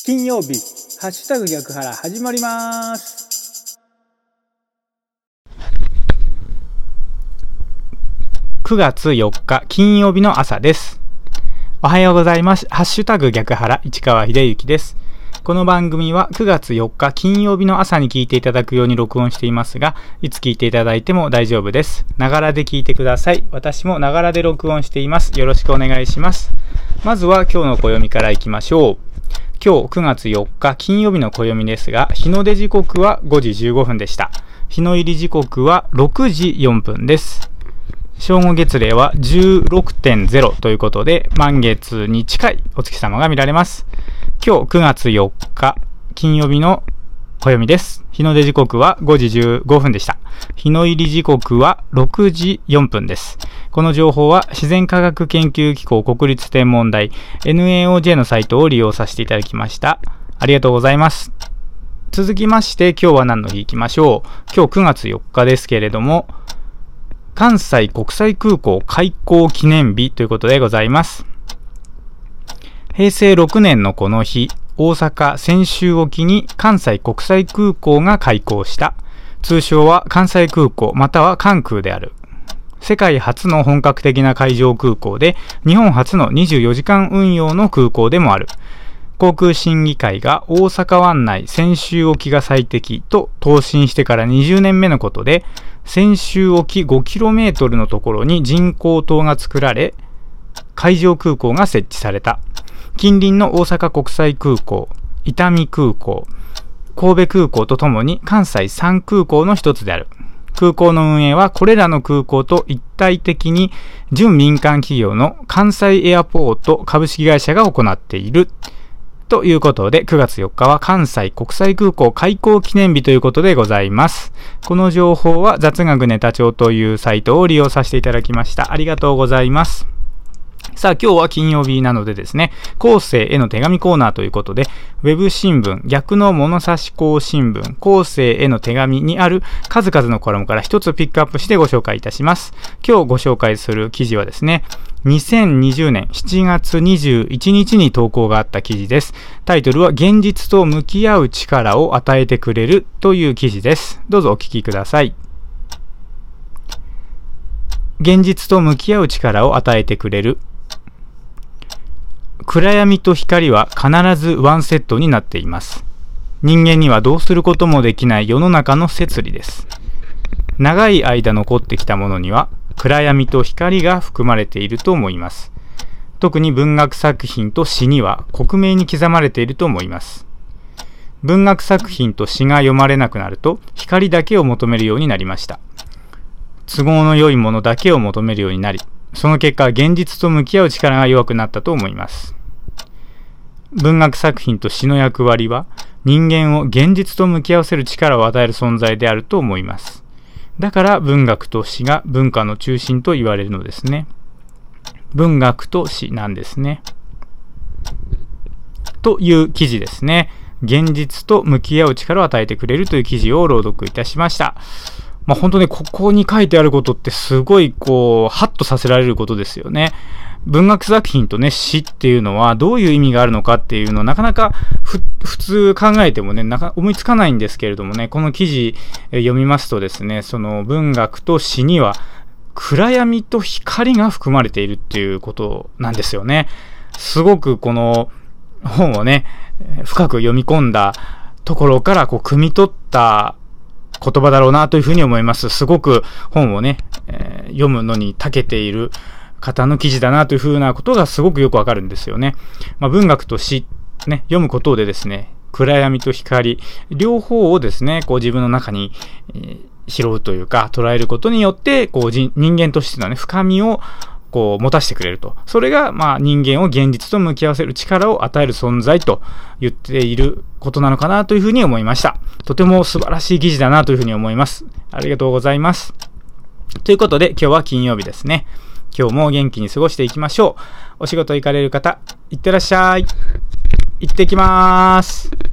金曜日ハッシュタグ逆腹始まります。 9月4日金曜日の朝です。おはようございます。ハッシュタグ逆腹市川秀幸です。この番組は9月4日金曜日の朝に聞いていただくように録音していますが、いつ聞いていただいても大丈夫です。ながらで聞いてください。私もながらで録音しています。よろしくお願いします。まずは今日の暦からいきましょう。今日9月4日金曜日の暦ですが、日の出時刻は5時15分でした。日の入り時刻は6時4分です。正午月齢は 16.0 ということで、満月に近いお月様が見られます。今日9月4日金曜日の暦です。日の出時刻は5時15分でした。日の入り時刻は6時4分です。この情報は自然科学研究機構国立天文台 NAOJ のサイトを利用させていただきました。ありがとうございます。続きまして今日は何の日いきましょう。今日9月4日ですけれども、関西国際空港開港記念日ということでございます。平成6年のこの日、大阪泉州沖に関西国際空港が開港した。通称は関西空港または関空である。世界初の本格的な海上空港で、日本初の24時間運用の空港でもある。航空審議会が大阪湾内泉州沖が最適と答申してから20年目のことで、泉州沖 5km のところに人工島が作られ、海上空港が設置された。近隣の大阪国際空港、伊丹空港、神戸空港とともに関西3空港の一つである。空港の運営はこれらの空港と一体的に準民間企業の関西エアポート株式会社が行っている。ということで、9月4日は関西国際空港開港記念日ということでございます。この情報は雑学ネタ帳というサイトを利用させていただきました。ありがとうございます。さあ今日は金曜日なのでですね、後世への手紙コーナーということで、ウェブ新聞逆の物差し校新聞後世への手紙にある数々のコラムから一つピックアップしてご紹介いたします。今日ご紹介する記事はですね、2020年7月21日に投稿があった記事です。タイトルは現実と向き合う力を与えてくれるという記事です。どうぞお聞きください。現実と向き合う力を与えてくれる。暗闇と光は必ずワンセットになっています。人間にはどうすることもできない世の中の摂理です。長い間残ってきたものには暗闇と光が含まれていると思います。特に文学作品と詩には克明に刻まれていると思います。文学作品と詩が読まれなくなると光だけを求めるようになりました。都合の良いものだけを求めるようになり、その結果現実と向き合う力が弱くなったと思います。文学作品と詩の役割は人間を現実と向き合わせる力を与える存在であると思います。だから文学と詩が文化の中心と言われるのですね。文学と詩なんですね。という記事ですね。現実と向き合う力を与えてくれるという記事を朗読いたしました。本当にここに書いてあることってすごいハッとさせられることですよね。文学作品とね、詩っていうのはどういう意味があるのかっていうのをなかなか普通考えてもね、思いつかないんですけれどもね、この記事読みますとですね、その文学と詩には暗闇と光が含まれているっていうことなんですよね。すごくこの本をね、深く読み込んだところから汲み取った言葉だろうなというふうに思います。すごく本をね、読むのに長けている方の記事だなというふうなことがすごくよくわかるんですよね。文学と詩、ね、読むことでですね、暗闇と光、両方をですね、自分の中に、拾うというか、捉えることによって、人間としてのね、深みを持たせてくれると。それが、人間を現実と向き合わせる力を与える存在と言っていることなのかなというふうに思いました。とても素晴らしい記事だなというふうに思います。ありがとうございます。ということで、今日は金曜日ですね。今日も元気に過ごしていきましょう。お仕事行かれる方、いってらっしゃい。行ってきます。